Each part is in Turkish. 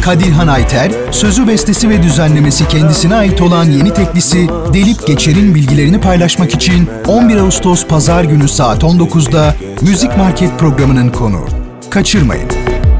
Kadirhan Ayter, sözü, bestesi ve düzenlemesi kendisine ait olan yeni teklisi Delip Geçer'in bilgilerini paylaşmak için 11 Ağustos Pazar günü saat 19'da Müzik Market programının konuğu. Kaçırmayın.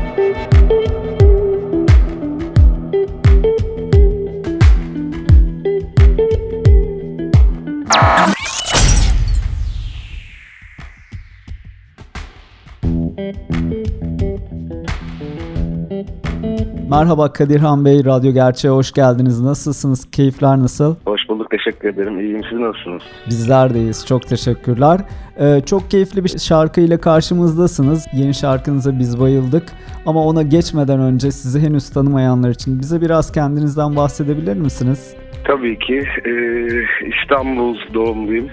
Merhaba Kadirhan Bey, Radyo Gerçeğe hoş geldiniz. Nasılsınız? Keyifler nasıl? Hoş bulduk, teşekkür ederim. İyiyim, siz nasılsınız? Bizler deyiz, çok teşekkürler. Çok keyifli bir şarkıyla karşımızdasınız. Yeni şarkınıza biz bayıldık. Ama ona geçmeden önce sizi henüz tanımayanlar için bize biraz kendinizden bahsedebilir misiniz? Tabii ki. İstanbul doğumluyum.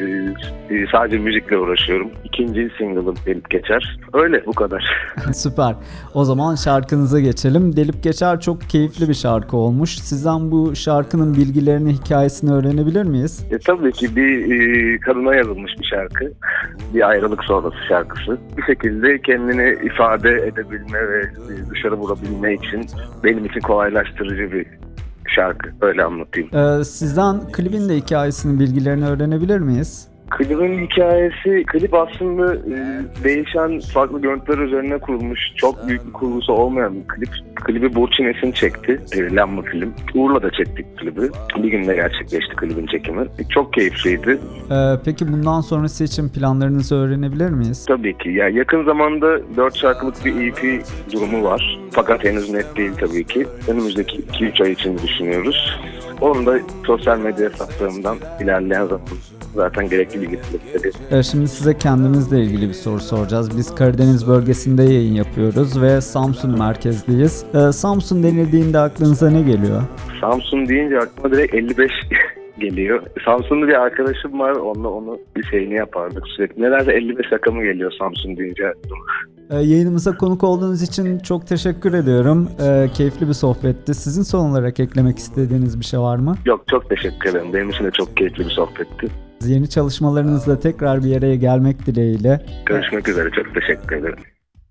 Sadece müzikle uğraşıyorum. İkinci single'ım Delip Geçer. Öyle, bu kadar. Süper. O zaman şarkınıza geçelim. Delip Geçer çok keyifli bir şarkı olmuş. Sizden bu şarkının bilgilerini, hikayesini öğrenebilir miyiz? Tabii ki bir kadına yazılmış bir şarkı. Bir ayrılık sonrası şarkısı. Bir şekilde kendini ifade edebilme ve dışarı vurabilme için benim için kolaylaştırıcı bir şarkı, öyle anlatayım. Sizden klibin de hikayesinin bilgilerini öğrenebilir miyiz? Klibin hikayesi, klip aslında değişen farklı görüntüler üzerine kurulmuş, çok büyük bir kurgusu olmayan bir klip. Klibi Burçin Esin çekti, Lamba Film. Urla'da çektik klibi. Bir günde gerçekleşti klibin çekimi. Çok keyifliydi. Peki bundan sonrası için planlarınızı öğrenebilir miyiz? Tabii ki. Yani yakın zamanda 4 şarkılık bir EP durumu var. Fakat henüz net değil tabii ki. Önümüzdeki 2-3 ay için düşünüyoruz. Onu da sosyal medya hesaplarımdan ilerleyen zaman zaten gerekli bilgileri. Şimdi size kendimizle ilgili bir soru soracağız. Biz Karadeniz bölgesinde yayın yapıyoruz ve Samsun merkezliyiz. Samsun denildiğinde aklınıza ne geliyor? Samsun deyince aklıma direkt 55 geliyor. Samsunlu bir arkadaşım var, onunla onu bir şeyini yapardık sürekli. Nelerse 55 rakamı geliyor Samsun deyince aklıma. Yayınımıza konuk olduğunuz için çok teşekkür ediyorum. Keyifli bir sohbetti. Sizin son olarak eklemek istediğiniz bir şey var mı? Yok, çok teşekkür ederim. Benim için de çok keyifli bir sohbetti. Yeni çalışmalarınızla tekrar bir yere gelmek dileğiyle. Görüşmek üzere. Çok teşekkür ederim.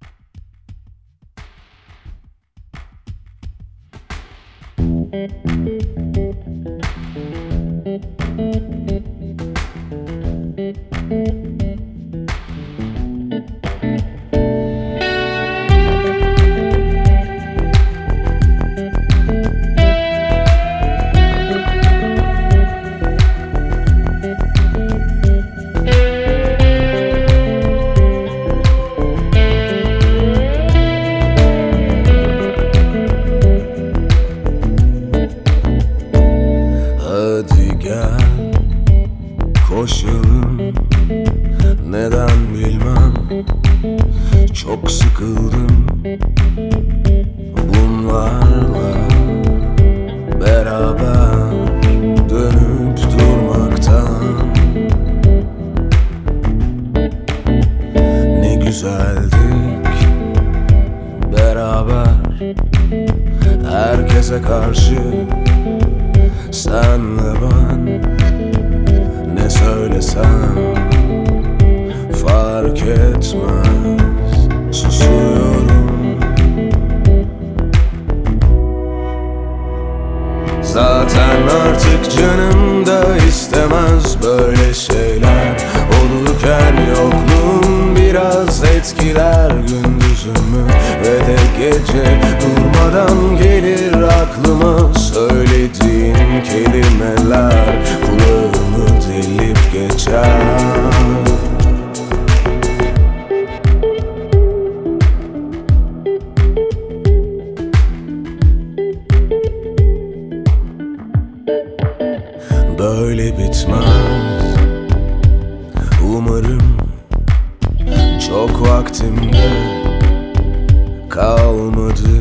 Koşalım, neden bilmem, çok sıkıldım bunlarla beraber dönüp durmaktan. Ne güzeldik beraber, herkese karşı, senle ben. Ne söylesem fark etmez, susuyorum. Zaten artık canım da istemez böyle şeyler. Olurken yokluğum biraz etkiler gündüzümü ve de gece durmadan gelir aklıma söylediğin kelimeler. Kulağımı delip geçer. Böyle bitmez umarım, çok vaktimde kalmadı.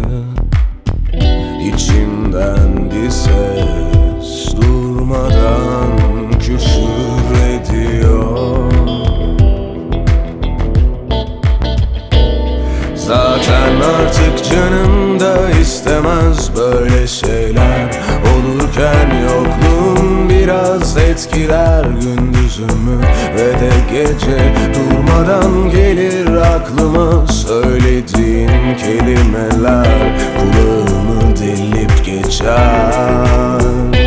İçimden bir ses durmadan küfür ediyor. Zaten artık canım da istemez böyle şeyler. Olurken yokluğum biraz etkiler gündüz gündüzümü ve de gece. Durmadan gelir aklıma söylediğin kelimeler, kulağımı delip geçer.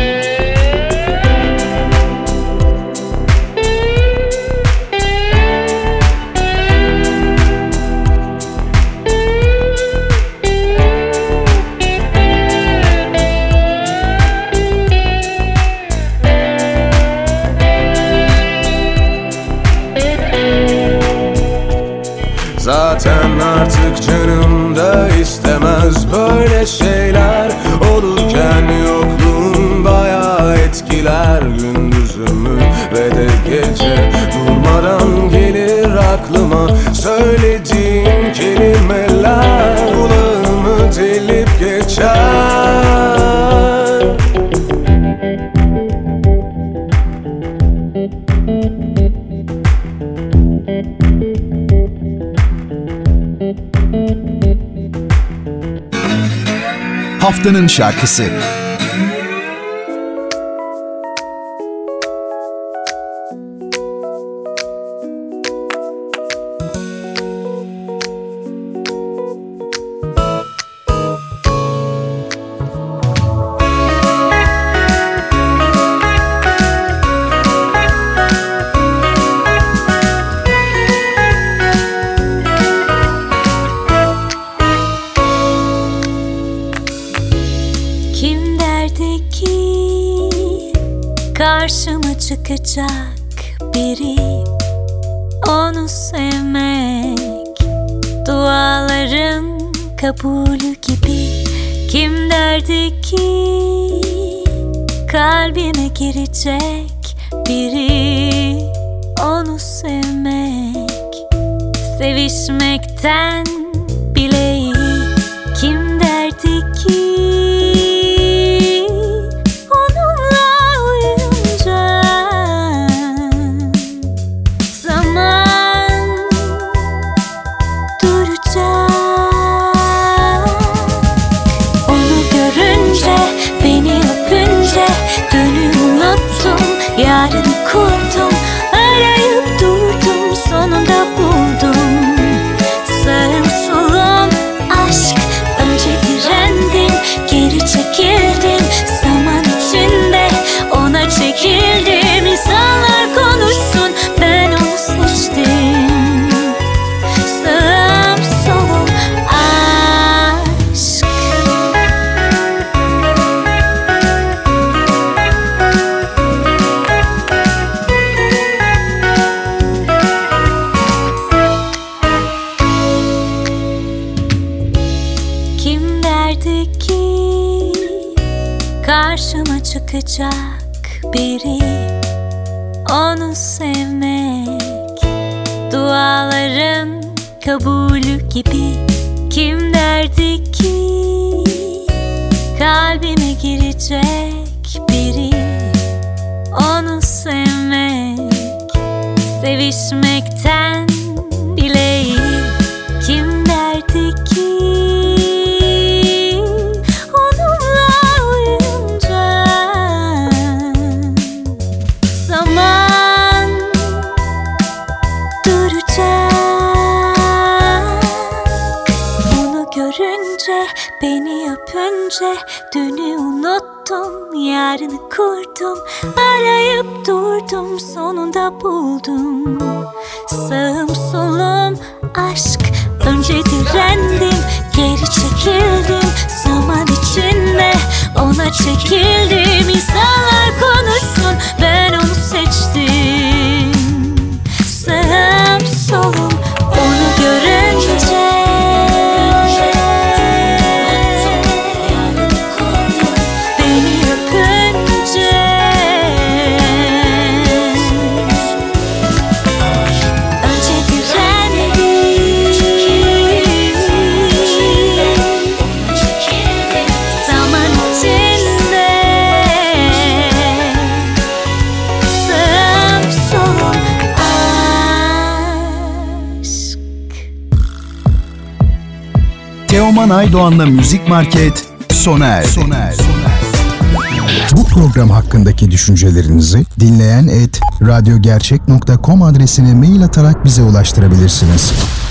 Zaten artık canım da istemez böyle şeyler. Olurken yokluğun bayağı etkiler gündüzümü ve de gece. Durmadan gelir aklıma söylediğin kelimeler, kulağımı delip geçer. Haftanın şarkısı. Karşıma çıkacak biri, onu sevmek duaların kabulü gibi. Kim derdi ki kalbime girecek biri, onu sevmek sevişmekten bile iyi. Kim derdi ki yarını kurdum, arayıp durdum, sonunda buldum. Sağım solum aşk, önce direndim, geri çekildim. Zaman içinde ona çekildim. İnsanlar konuşsun, ben onu seçtim. Sağım solum aşk. Karşıma çıkacak biri, onu sevmek duaların kabulü gibi. Kim derdi ki kalbime girecek biri, onu sevmek sevişmekten bile iyi. Kim derdi ki beni öpünce dünü unuttum, yarını kurdum, arayıp durdum, sonunda buldum. Sağım solum aşk, önce direndim, geri çekildim. Zaman içinde ona çekildim. İnsanlar konuşsun, ben onu seçtim. Sağım solum onu görünce Teoman Aydoğan'la Müzik Market sona erdi. Bu program hakkındaki düşüncelerinizi dinleyen @radyogercek.com adresine mail atarak bize ulaştırabilirsiniz.